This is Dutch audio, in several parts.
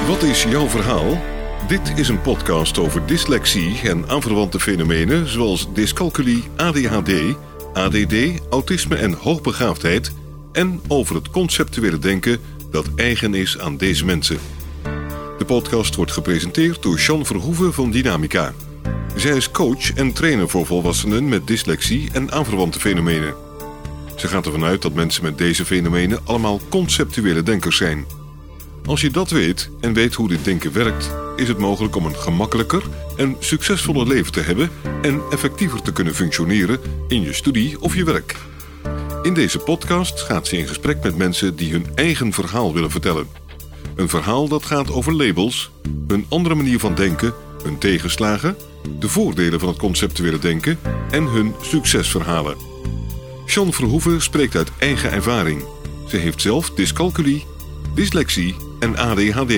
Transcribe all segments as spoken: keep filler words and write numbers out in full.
Wat is jouw verhaal? Dit is een podcast over dyslexie en aanverwante fenomenen zoals dyscalculie, A D H D, A D D, autisme en hoogbegaafdheid en over het conceptuele denken dat eigen is aan deze mensen. De podcast wordt gepresenteerd door Jean Verhoeven van Dynamica. Zij is coach en trainer voor volwassenen met dyslexie en aanverwante fenomenen. Ze gaat ervan uit dat mensen met deze fenomenen allemaal conceptuele denkers zijn. Als je dat weet en weet hoe dit denken werkt, is het mogelijk om een gemakkelijker en succesvoller leven te hebben en effectiever te kunnen functioneren in je studie of je werk. In deze podcast gaat ze in gesprek met mensen die hun eigen verhaal willen vertellen. Een verhaal dat gaat over labels, een andere manier van denken, hun tegenslagen, de voordelen van het conceptuele denken en hun succesverhalen. Jean Verhoeven spreekt uit eigen ervaring. Ze heeft zelf dyscalculie, dyslexie en A D H D.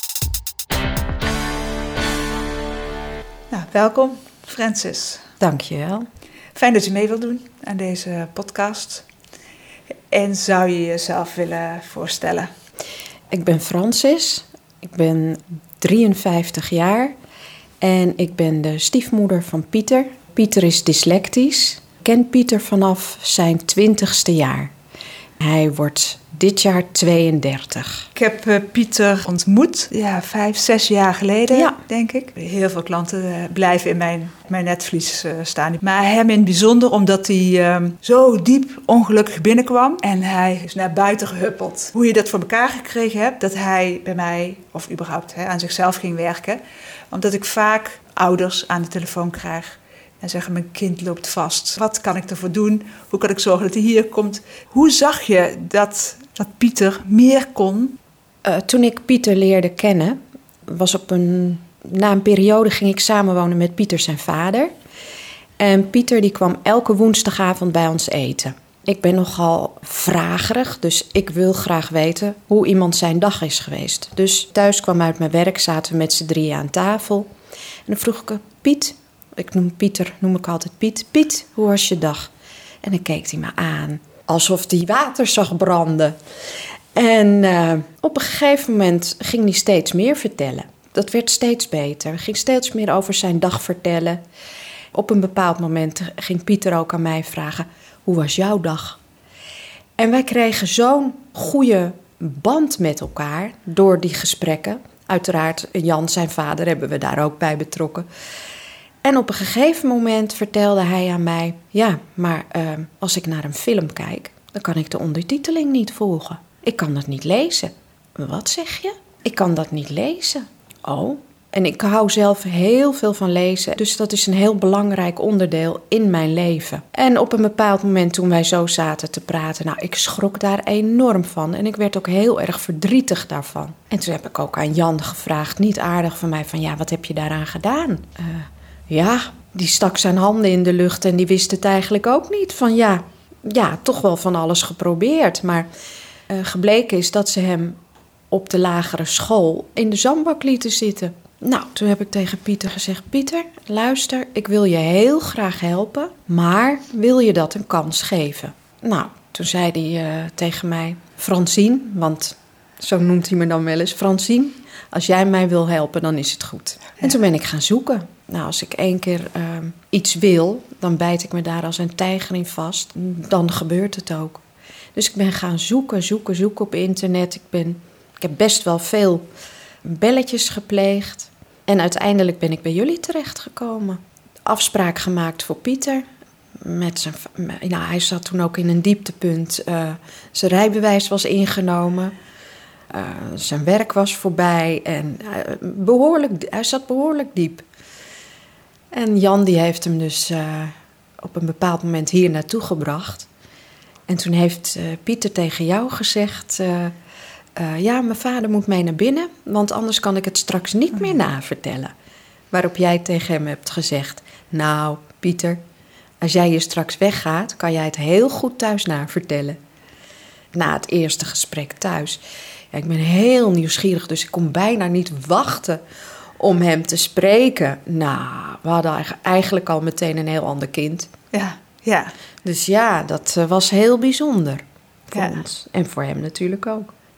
Nou, welkom, Francis. Dankjewel. Fijn dat je mee wilt doen aan deze podcast. En zou je jezelf willen voorstellen? Ik ben Francis. Ik ben drieënvijftig jaar. En ik ben de stiefmoeder van Pieter. Pieter is dyslectisch. Ik ken Pieter vanaf zijn twintigste jaar. Hij wordt dit jaar tweeëndertig. Ik heb uh, Pieter ontmoet, ja, vijf, zes jaar geleden, ja. denk ik. Heel veel klanten uh, blijven in mijn, mijn netvlies uh, staan. Maar hem in het bijzonder, omdat hij uh, zo diep ongelukkig binnenkwam. En hij is naar buiten gehuppeld. Hoe je dat voor elkaar gekregen hebt, dat hij bij mij, of überhaupt hè, aan zichzelf ging werken. Omdat ik vaak ouders aan de telefoon krijg. En zeggen, mijn kind loopt vast. Wat kan ik ervoor doen? Hoe kan ik zorgen dat hij hier komt? Hoe zag je dat, dat Pieter meer kon? Uh, toen ik Pieter leerde kennen, was op een, na een periode ging ik samenwonen met Pieter zijn vader. En Pieter die kwam elke woensdagavond bij ons eten. Ik ben nogal vragerig, dus ik wil graag weten hoe iemand zijn dag is geweest. Dus thuis kwam uit mijn werk, zaten we met z'n drieën aan tafel. En dan vroeg ik, Piet... Ik noem Pieter, noem ik altijd Piet. Piet, hoe was je dag? En dan keek hij me aan, alsof hij water zag branden. En uh, op een gegeven moment ging hij steeds meer vertellen. Dat werd steeds beter. Hij ging steeds meer over zijn dag vertellen. Op een bepaald moment ging Pieter ook aan mij vragen, hoe was jouw dag? En wij kregen zo'n goede band met elkaar door die gesprekken. Uiteraard, Jan, zijn vader, hebben we daar ook bij betrokken. En op een gegeven moment vertelde hij aan mij, ja, maar uh, als ik naar een film kijk, dan kan ik de ondertiteling niet volgen. Ik kan dat niet lezen. Wat zeg je? Ik kan dat niet lezen. Oh, en ik hou zelf heel veel van lezen, dus dat is een heel belangrijk onderdeel in mijn leven. En op een bepaald moment toen wij zo zaten te praten, nou, ik schrok daar enorm van en ik werd ook heel erg verdrietig daarvan. En toen heb ik ook aan Jan gevraagd, niet aardig van mij, van ja, wat heb je daaraan gedaan? Uh, Ja, die stak zijn handen in de lucht en die wist het eigenlijk ook niet. Van ja, ja toch wel van alles geprobeerd. Maar uh, gebleken is dat ze hem op de lagere school in de zandbak lieten zitten. Nou, toen heb ik tegen Pieter gezegd, Pieter, luister, ik wil je heel graag helpen, maar wil je dat een kans geven? Nou, toen zei hij uh, tegen mij, Francine, want zo noemt hij me dan wel eens, Francine, als jij mij wil helpen, dan is het goed. En toen ben ik gaan zoeken. Nou, als ik één keer uh, iets wil, dan bijt ik me daar als een tijger in vast. Dan gebeurt het ook. Dus ik ben gaan zoeken, zoeken, zoeken op internet. Ik, ben, ik heb best wel veel belletjes gepleegd. En uiteindelijk ben ik bij jullie terechtgekomen. Afspraak gemaakt voor Pieter. Met zijn, nou, hij zat toen ook in een dieptepunt. Uh, zijn rijbewijs was ingenomen. Uh, zijn werk was voorbij. En uh, behoorlijk, hij zat behoorlijk diep. En Jan die heeft hem dus uh, op een bepaald moment hier naartoe gebracht. En toen heeft uh, Pieter tegen jou gezegd, Uh, uh, ja, mijn vader moet mee naar binnen, want anders kan ik het straks niet meer navertellen. Waarop jij tegen hem hebt gezegd, nou Pieter, als jij hier straks weggaat, kan jij het heel goed thuis navertellen. Na het eerste gesprek thuis. Ja, ik ben heel nieuwsgierig, dus ik kon bijna niet wachten om hem te spreken. Nou, we hadden eigenlijk al meteen een heel ander kind. Ja, ja. Dus ja, dat was heel bijzonder voor ja. ons. En voor hem natuurlijk ook.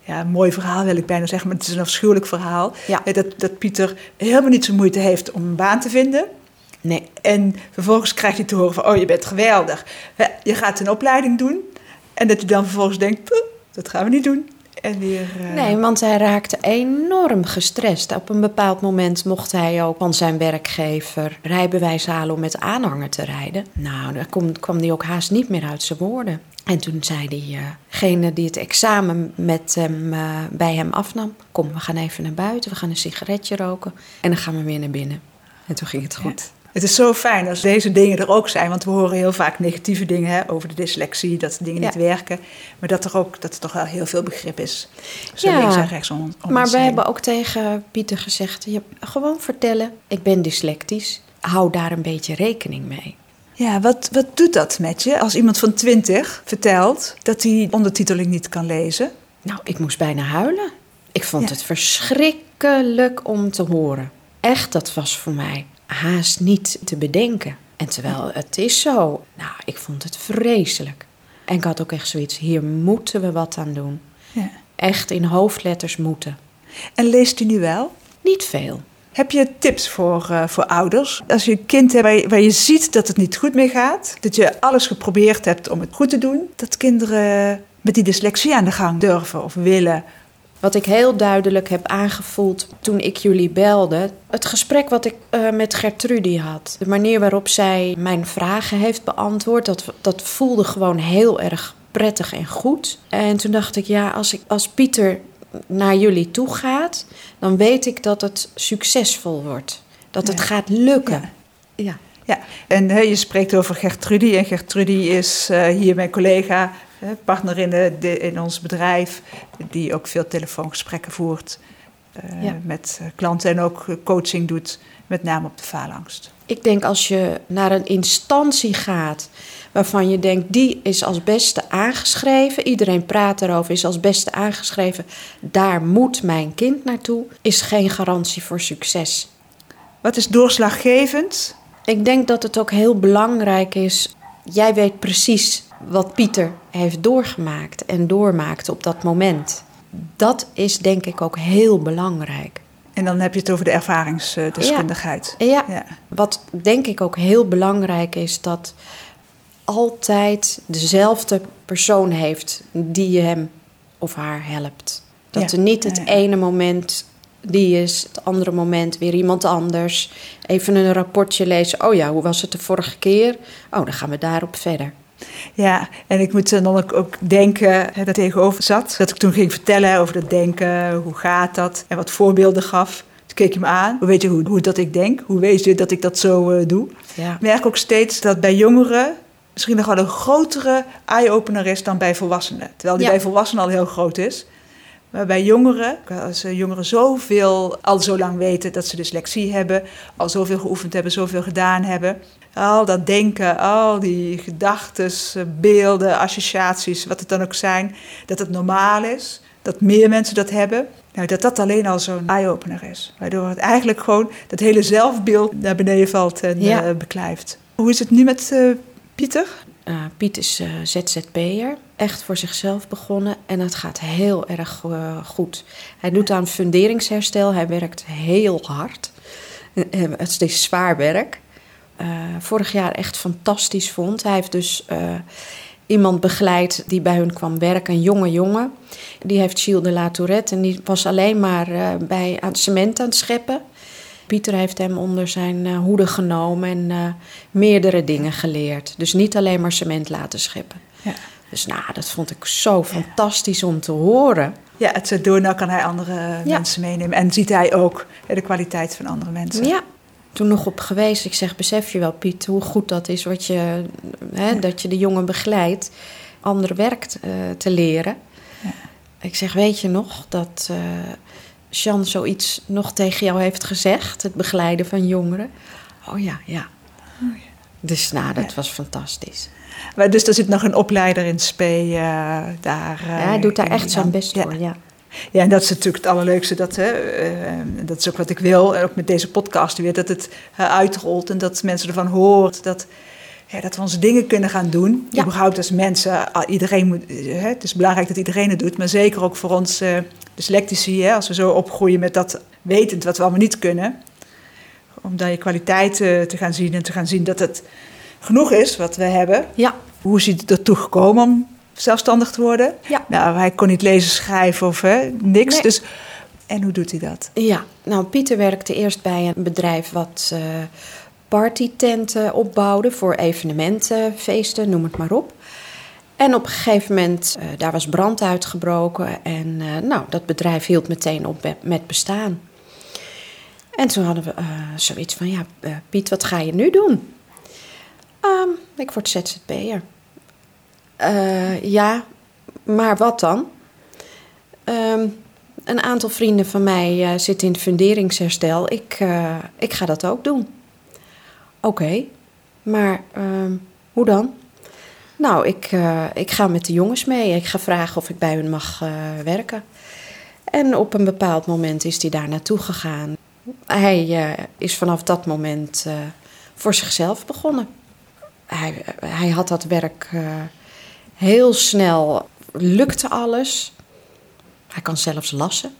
ja, een mooi verhaal wil ik bijna zeggen, maar het is een afschuwelijk verhaal. Ja. Dat, dat Pieter helemaal niet zo moeite heeft om een baan te vinden. Nee. En vervolgens krijgt hij te horen van, oh, je bent geweldig. Je gaat een opleiding doen. En dat hij dan vervolgens denkt, dat gaan we niet doen. En weer, uh... Nee, want hij raakte enorm gestrest. Op een bepaald moment mocht hij ook van zijn werkgever rijbewijs halen om met aanhanger te rijden. Nou, daar kwam, kwam hij ook haast niet meer uit zijn woorden. En toen zei diegene die het examen met hem, uh, bij hem afnam, kom, we gaan even naar buiten, we gaan een sigaretje roken en dan gaan we weer naar binnen. En toen ging het goed. Ja. Het is zo fijn als deze dingen er ook zijn, want we horen heel vaak negatieve dingen hè, over de dyslexie, dat dingen ja. niet werken. Maar dat er ook dat er toch wel heel veel begrip is. Zo ja, links en rechts om, om maar we heen. hebben ook tegen Pieter gezegd, je, gewoon vertellen, ik ben dyslectisch, hou daar een beetje rekening mee. Ja, wat, wat doet dat met je als iemand van twintig vertelt dat hij ondertiteling niet kan lezen? Nou, ik moest bijna huilen. Ik vond Ja. het verschrikkelijk om te horen. Echt, dat was voor mij haast niet te bedenken. En terwijl het is zo. Nou, ik vond het vreselijk. En ik had ook echt zoiets, hier moeten we wat aan doen. Ja. Echt in hoofdletters moeten. En leest u nu wel? Niet veel. Heb je tips voor, uh, voor ouders? Als je een kind hebt waar je, waar je ziet dat het niet goed mee gaat, dat je alles geprobeerd hebt om het goed te doen, dat kinderen met die dyslexie aan de gang durven of willen. Wat ik heel duidelijk heb aangevoeld toen ik jullie belde, het gesprek wat ik uh, met Gertrudie had, de manier waarop zij mijn vragen heeft beantwoord, dat, dat voelde gewoon heel erg prettig en goed. En toen dacht ik, ja, als, ik, als Pieter naar jullie toe gaat, dan weet ik dat het succesvol wordt. Dat het Ja. gaat lukken. Ja. Ja. Ja, en he, je spreekt over Gertrudie. En Gertrudie is uh, hier mijn collega, uh, partner in, de, de, in ons bedrijf, die ook veel telefoongesprekken voert uh, Ja. met uh, klanten en ook coaching doet, met name op de faalangst. Ik denk als je naar een instantie gaat waarvan je denkt, die is als beste aangeschreven, iedereen praat erover, is als beste aangeschreven, daar moet mijn kind naartoe, is geen garantie voor succes. Wat is doorslaggevend? Ik denk dat het ook heel belangrijk is, jij weet precies wat Pieter heeft doorgemaakt en doormaakt op dat moment. Dat is denk ik ook heel belangrijk. En dan heb je het over de ervaringsdeskundigheid. Ja, ja. Ja. Wat denk ik ook heel belangrijk is, dat altijd dezelfde persoon heeft die je hem of haar helpt. Dat Ja. er niet het Ja, ja. ene moment die is, het andere moment weer iemand anders. Even een rapportje lezen. Oh ja, hoe was het de vorige keer? Oh, dan gaan we daarop verder. Ja, en ik moet dan ook, ook denken, hè, dat tegenover zat. Dat ik toen ging vertellen over dat denken, hoe gaat dat? En wat voorbeelden gaf. Toen keek je me aan. Hoe weet je hoe, hoe dat ik denk? Hoe weet je dat ik dat zo uh, doe? Ja. Ik merk ook steeds dat bij jongeren misschien nog wel een grotere eye-opener is dan bij volwassenen. Terwijl die Ja. bij volwassenen al heel groot is. Maar bij jongeren, als jongeren zoveel, al zo lang weten dat ze dyslexie hebben, al zoveel geoefend hebben, zoveel gedaan hebben, al dat denken, al die gedachten, beelden, associaties, wat het dan ook zijn, dat het normaal is, dat meer mensen dat hebben, nou, dat dat alleen al zo'n eye-opener is. Waardoor het eigenlijk gewoon dat hele zelfbeeld naar beneden valt en Ja. uh, beklijft. Hoe is het nu met uh, Pieter? Uh, Piet is uh, Z Z P'er, echt voor zichzelf begonnen en het gaat heel erg uh, goed. Hij doet aan funderingsherstel, hij werkt heel hard. Uh, het is zwaar werk. Uh, vorig jaar echt fantastisch vond. Hij heeft dus uh, iemand begeleid die bij hun kwam werken, een jonge jongen. Die heeft Gilles de la Tourette en die was alleen maar uh, bij aan cement aan het scheppen. Pieter heeft hem onder zijn uh, hoede genomen en uh, meerdere dingen geleerd. Dus niet alleen maar cement laten scheppen. Ja. Dus nou, dat vond ik zo fantastisch om te horen. Ja, het zit door, nou kan hij andere Ja. mensen meenemen. En ziet hij ook hè, de kwaliteit van andere mensen. Ja, toen nog op geweest. Ik zeg, besef je wel, Piet, hoe goed dat is wat je, hè, Ja. dat je de jongen begeleidt ander werk uh, te leren. Ja. Ik zeg, weet je nog dat uh, Jean zoiets nog tegen jou heeft gezegd, het begeleiden van jongeren? Oh ja, ja. Oh ja. Dus nou, dat Ja. was fantastisch. Maar dus er zit nog een opleider in Spe uh, daar. Uh, Ja, hij doet daar in echt die zijn hand. best Ja. voor, ja. Ja, en dat is natuurlijk het allerleukste. Dat, hè, uh, dat is ook wat ik wil, ook met deze podcast weer, dat het uh, uitrolt en dat mensen ervan horen. Dat Ja, dat we onze dingen kunnen gaan doen. Ja. Überhaupt als mensen, iedereen moet, hè, het is belangrijk dat iedereen het doet, maar zeker ook voor ons uh, dyslectici, hè, als we zo opgroeien met dat wetend wat we allemaal niet kunnen. Om dan je kwaliteiten te gaan zien en te gaan zien dat het genoeg is wat we hebben. Ja. Hoe is hij ertoe gekomen om zelfstandig te worden? Ja. Nou, hij kon niet lezen, schrijven of hè, niks. Nee. Dus, en hoe doet hij dat? Ja, nou Pieter werkte eerst bij een bedrijf wat uh, partytenten opbouwde voor evenementen, feesten, noem het maar op. En op een gegeven moment, uh, daar was brand uitgebroken en uh, nou, dat bedrijf hield meteen op met bestaan. En toen hadden we uh, zoiets van, ja uh, Piet, wat ga je nu doen? Um, ik word Z Z P'er. Uh, ja, maar wat dan? Um, een aantal vrienden van mij uh, zitten in funderingsherstel. Ik, uh, ik ga dat ook doen. Oké, okay, maar um, hoe dan? Nou, ik, uh, ik ga met de jongens mee. Ik ga vragen of ik bij hun mag uh, werken. En op een bepaald moment is hij daar naartoe gegaan. Hij uh, is vanaf dat moment uh, voor zichzelf begonnen. Hij, hij had dat werk uh, heel snel, lukte alles. Hij kan zelfs lassen.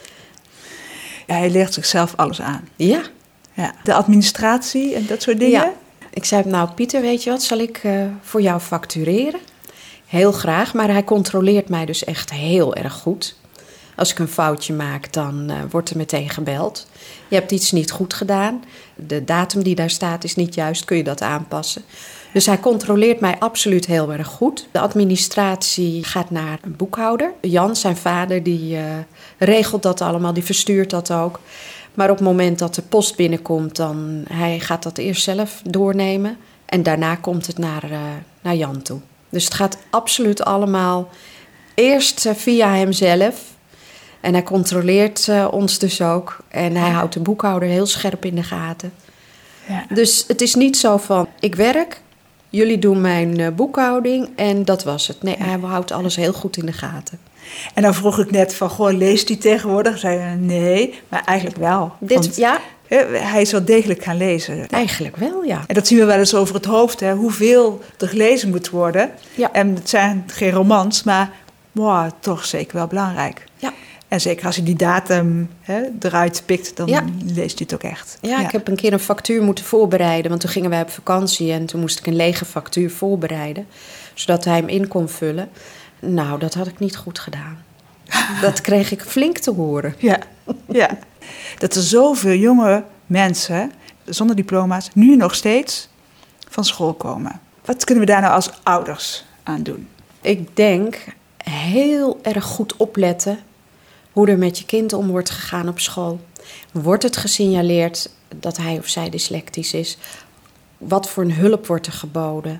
Ja, hij leert zichzelf alles aan. Ja. Ja. De administratie en dat soort dingen? Ja. Ik zei, nou Pieter, weet je wat, zal ik uh, voor jou factureren? Heel graag, maar hij controleert mij dus echt heel erg goed. Als ik een foutje maak, dan uh, wordt er meteen gebeld. Je hebt iets niet goed gedaan. De datum die daar staat is niet juist, kun je dat aanpassen. Dus hij controleert mij absoluut heel erg goed. De administratie gaat naar een boekhouder. Jan, zijn vader, die uh, regelt dat allemaal, die verstuurt dat ook. Maar op het moment dat de post binnenkomt, dan hij gaat dat eerst zelf doornemen. En daarna komt het naar, uh, naar Jan toe. Dus het gaat absoluut allemaal eerst uh, via hemzelf. En hij controleert uh, ons dus ook. En hij houdt de boekhouder heel scherp in de gaten. Ja. Dus het is niet zo van, ik werk, jullie doen mijn uh, boekhouding en dat was het. Nee, hij houdt alles heel goed in de gaten. En dan vroeg ik net van, goh, leest hij tegenwoordig? Zei je, nee, maar eigenlijk wel. Dit, want, ja. Hij is wel degelijk gaan lezen. Eigenlijk wel, ja. En dat zien we wel eens over het hoofd, hè, hoeveel er gelezen moet worden. Ja. En het zijn geen romans, maar wow, toch zeker wel belangrijk. Ja. En zeker als je die datum hè, eruit pikt, dan ja. leest hij het ook echt. Ja, ja, ik heb een keer een factuur moeten voorbereiden. Want toen gingen wij op vakantie en toen moest ik een lege factuur voorbereiden. Zodat hij hem in kon vullen. Nou, dat had ik niet goed gedaan. Dat kreeg ik flink te horen. Ja, ja. Dat er zoveel jonge mensen zonder diploma's nu nog steeds van school komen. Wat kunnen we daar nou als ouders aan doen? Ik denk heel erg goed opletten hoe er met je kind om wordt gegaan op school. Wordt het gesignaleerd dat hij of zij dyslectisch is? Wat voor een hulp wordt er geboden?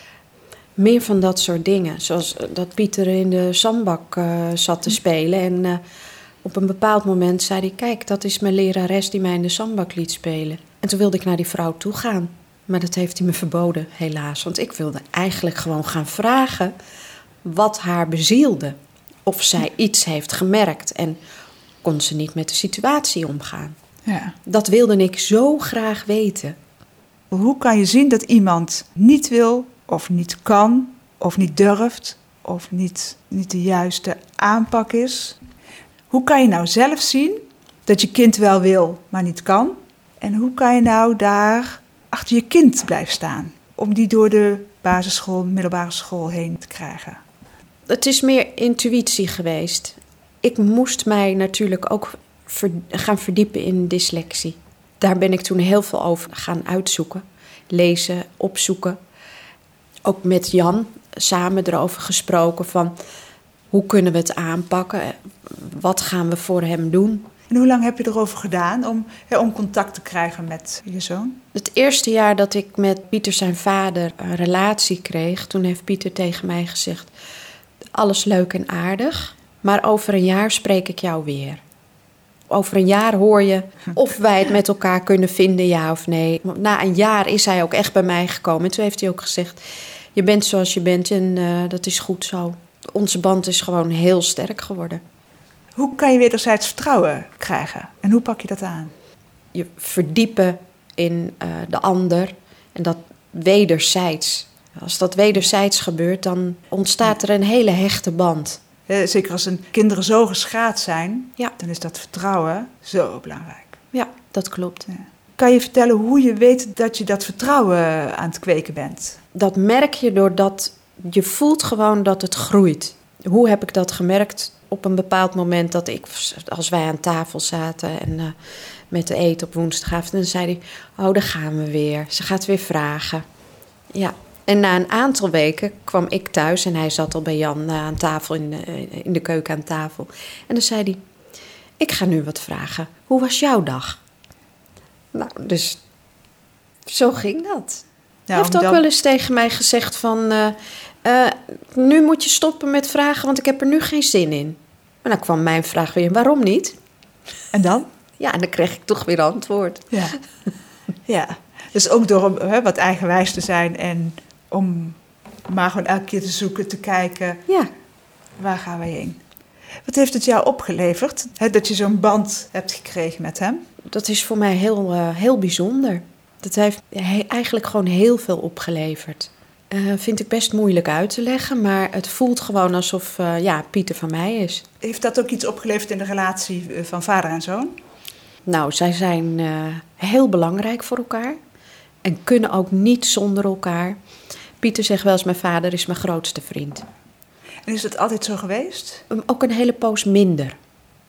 Meer van dat soort dingen. Zoals dat Pieter in de zandbak uh, zat te spelen. En uh, op een bepaald moment zei hij, kijk, dat is mijn lerares die mij in de zandbak liet spelen. En toen wilde ik naar die vrouw toe gaan. Maar dat heeft hij me verboden, helaas. Want ik wilde eigenlijk gewoon gaan vragen wat haar bezielde. Of zij iets heeft gemerkt en kon ze niet met de situatie omgaan. Ja. Dat wilde ik zo graag weten. Hoe kan je zien dat iemand niet wil of niet kan of niet durft of niet, niet de juiste aanpak is? Hoe kan je nou zelf zien dat je kind wel wil, maar niet kan? En hoe kan je nou daar achter je kind blijven staan om die door de basisschool, middelbare school heen te krijgen? Het is meer intuïtie geweest. Ik moest mij natuurlijk ook ver, gaan verdiepen in dyslexie. Daar ben ik toen heel veel over gaan uitzoeken. Lezen, opzoeken. Ook met Jan samen erover gesproken van hoe kunnen we het aanpakken? Wat gaan we voor hem doen? En hoe lang heb je erover gedaan om, ja, om contact te krijgen met je zoon? Het eerste jaar dat ik met Pieter zijn vader een relatie kreeg, toen heeft Pieter tegen mij gezegd, alles leuk en aardig, maar over een jaar spreek ik jou weer. Over een jaar hoor je of wij het met elkaar kunnen vinden, ja of nee. Na een jaar is hij ook echt bij mij gekomen. En toen heeft hij ook gezegd, je bent zoals je bent en uh, dat is goed zo. Onze band is gewoon heel sterk geworden. Hoe kan je wederzijds vertrouwen krijgen? En hoe pak je dat aan? Je verdiepen in uh, de ander. En dat wederzijds. Als dat wederzijds gebeurt, dan ontstaat er een hele hechte band. Eh, zeker als een kinderen zo geschaad zijn, Ja. dan is dat vertrouwen zo belangrijk. Ja, dat klopt. Ja. Kan je vertellen hoe je weet dat je dat vertrouwen aan het kweken bent? Dat merk je doordat je voelt gewoon dat het groeit. Hoe heb ik dat gemerkt? Op een bepaald moment dat ik, als wij aan tafel zaten en uh, met de eten op woensdagavond, dan zei hij, oh, daar gaan we weer. Ze gaat weer vragen. Ja. En na een aantal weken kwam ik thuis en hij zat al bij Jan uh, aan tafel, in de, in de keuken aan tafel. En dan zei hij, ik ga nu wat vragen. Hoe was jouw dag? Nou, dus zo ging dat. Ja, Hij heeft ook dan... wel eens tegen mij gezegd van, Uh, uh, nu moet je stoppen met vragen, want ik heb er nu geen zin in. En dan kwam mijn vraag weer, waarom niet? En dan? Ja, en dan kreeg ik toch weer antwoord. Ja. Ja. Dus ook door hè, wat eigenwijs te zijn en om maar gewoon elke keer te zoeken, te kijken, Ja. waar gaan we heen? Wat heeft het jou opgeleverd, hè, dat je zo'n band hebt gekregen met hem? Dat is voor mij heel, uh, heel bijzonder. Dat heeft he- eigenlijk gewoon heel veel opgeleverd. Uh, vind ik best moeilijk uit te leggen, maar het voelt gewoon alsof uh, ja, Pieter van mij is. Heeft dat ook iets opgeleverd in de relatie van vader en zoon? Nou, zij zijn uh, heel belangrijk voor elkaar en kunnen ook niet zonder elkaar. Pieter zegt wel eens, mijn vader is mijn grootste vriend. En is dat altijd zo geweest? Um, ook een hele poos minder.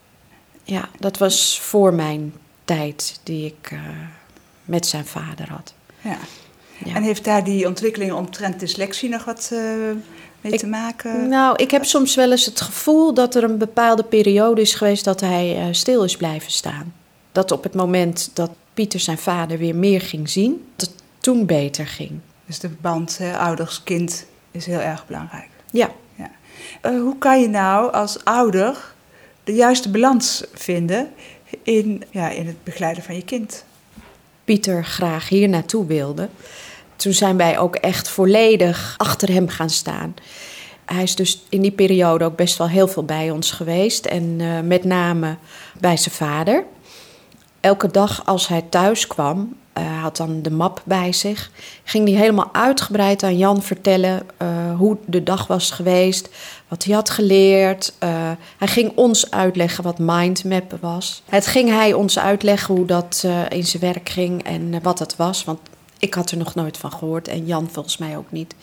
Ja, dat was voor mijn tijd die ik uh, met zijn vader had. Ja. Ja. En heeft daar die ontwikkeling omtrent dyslexie nog wat uh, mee ik, te maken? Nou, ik heb soms wel eens het gevoel dat er een bepaalde periode is geweest dat hij uh, stil is blijven staan. Dat op het moment dat Pieter zijn vader weer meer ging zien, dat het toen beter ging. Dus de band hè, ouders-kind is heel erg belangrijk. Ja. Ja. Uh, hoe kan je nou als ouder de juiste balans vinden in, ja, in het begeleiden van je kind? Pieter graag hier naartoe wilde, toen zijn wij ook echt volledig achter hem gaan staan. Hij is dus in die periode ook best wel heel veel bij ons geweest. En uh, met name bij zijn vader. Elke dag als hij thuis kwam, hij uh, had dan de map bij zich, ging hij helemaal uitgebreid aan Jan vertellen uh, hoe de dag was geweest, wat hij had geleerd. Uh, hij ging ons uitleggen wat mindmappen was. Het ging hij ons uitleggen hoe dat uh, in zijn werk ging en uh, wat het was, want ik had er nog nooit van gehoord en Jan volgens mij ook niet.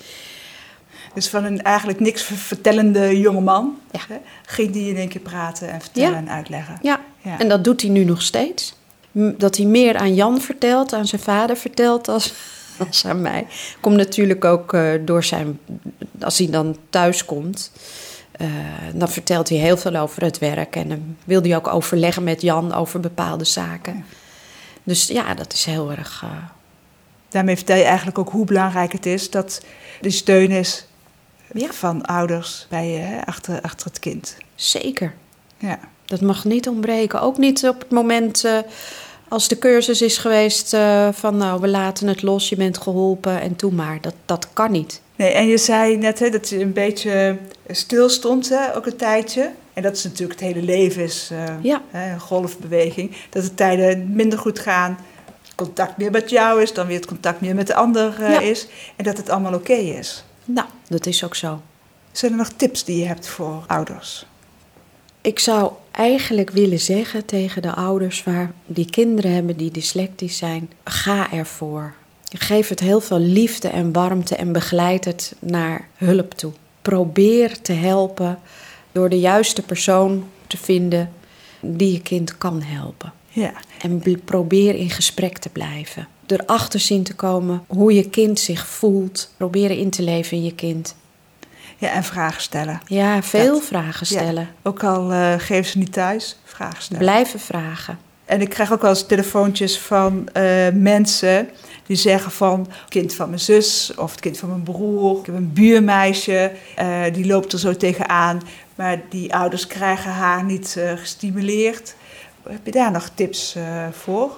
Dus van een eigenlijk niks vertellende jongeman, Ja. hè, ging die in één keer praten en vertellen Ja. en uitleggen. Ja. Ja. En dat doet hij nu nog steeds. M- Dat hij meer aan Jan vertelt, aan zijn vader vertelt als, als aan mij. Komt natuurlijk ook uh, door zijn, als hij dan thuis komt, uh, dan vertelt hij heel veel over het werk. En dan wil hij ook overleggen met Jan over bepaalde zaken. Ja. Dus ja, dat is heel erg. Uh, Daarmee vertel je eigenlijk ook hoe belangrijk het is dat er steun is Ja. van ouders bij je, hè, achter, achter het kind. zeker. Ja. Dat mag niet ontbreken. Ook niet op het moment uh, als de cursus is geweest uh, van nou, we laten het los, je bent geholpen en toe maar. Dat, dat kan niet. Nee, en je zei net hè, dat je een beetje stil stond, hè, ook een tijdje. En dat is natuurlijk het hele leven, is uh, Ja. hè, een golfbeweging. Dat de tijden minder goed gaan, het contact meer met jou is, dan weer het contact meer met de ander uh, Ja. is. En dat het allemaal oké is. Nou, dat is ook zo. Zijn er nog tips die je hebt voor ouders? Ik zou eigenlijk willen zeggen tegen de ouders waar die kinderen hebben die dyslectisch zijn, ga ervoor. Geef het heel veel liefde en warmte en begeleid het naar hulp toe. Probeer te helpen door de juiste persoon te vinden die je kind kan helpen. Ja. En bl- probeer in gesprek te blijven. Erachter zien te komen hoe je kind zich voelt. Proberen in te leven in je kind. Ja, en vragen stellen. Ja, veel Dat- vragen stellen. Ja. Ook al uh, geven ze niet thuis, vragen stellen. Blijven vragen. En ik krijg ook wel eens telefoontjes van uh, mensen die zeggen van... het kind van mijn zus of het kind van mijn broer. Ik heb een buurmeisje, uh, die loopt er zo tegenaan. Maar die ouders krijgen haar niet uh, gestimuleerd. Heb je daar nog tips uh, voor?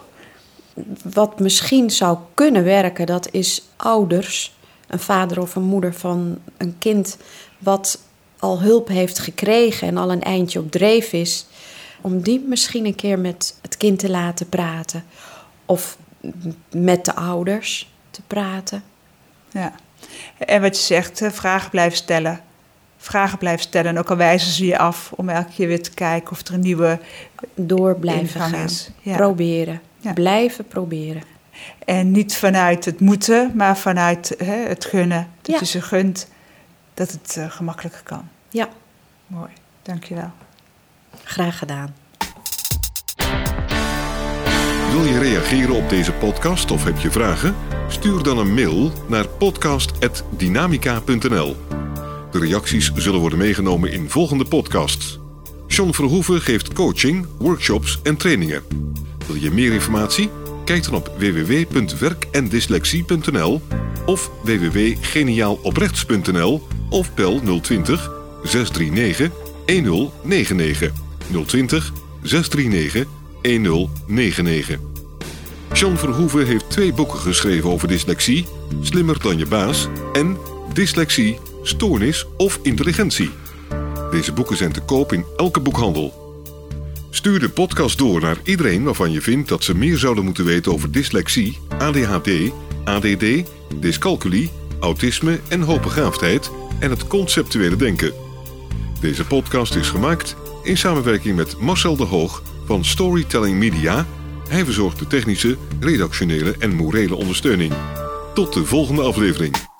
Wat misschien zou kunnen werken, dat is ouders, een vader of een moeder van een kind wat al hulp heeft gekregen en al een eindje op dreef is, om die misschien een keer met het kind te laten praten of met de ouders te praten. Ja. En wat je zegt, vragen blijven stellen. Vragen blijven stellen. En ook al wijzen ze je af om elke keer weer te kijken of er een nieuwe Door blijven ingang gaan. is. Ja. Proberen. Ja. Blijven proberen. En niet vanuit het moeten, maar vanuit hè, het gunnen. Dat Ja. je ze gunt dat het uh, gemakkelijker kan. Ja. Mooi, dankjewel. Graag gedaan. Wil je reageren op deze podcast of heb je vragen? Stuur dan een mail naar podcast apenstaartje dynamica punt n l. De reacties zullen worden meegenomen in volgende podcasts. John Verhoeven geeft coaching, workshops en trainingen. Wil je meer informatie? Kijk dan op w w w punt werk en dyslexie punt n l of w w w punt geniaaloprechts punt n l of bel nul twintig, zes drie negen, een nul negen negen. nul twintig, zes drie negen, een nul negen negen. John Verhoeven heeft twee boeken geschreven over dyslexie, Slimmer dan je baas en Dyslexie, stoornis of intelligentie. Deze boeken zijn te koop in elke boekhandel. Stuur de podcast door naar iedereen waarvan je vindt dat ze meer zouden moeten weten over dyslexie, A D H D, A D D, dyscalculie, autisme en hoogbegaafdheid en het conceptuele denken. Deze podcast is gemaakt in samenwerking met Marcel de Hoog van Storytelling Media. Hij verzorgt de technische, redactionele en morele ondersteuning. Tot de volgende aflevering.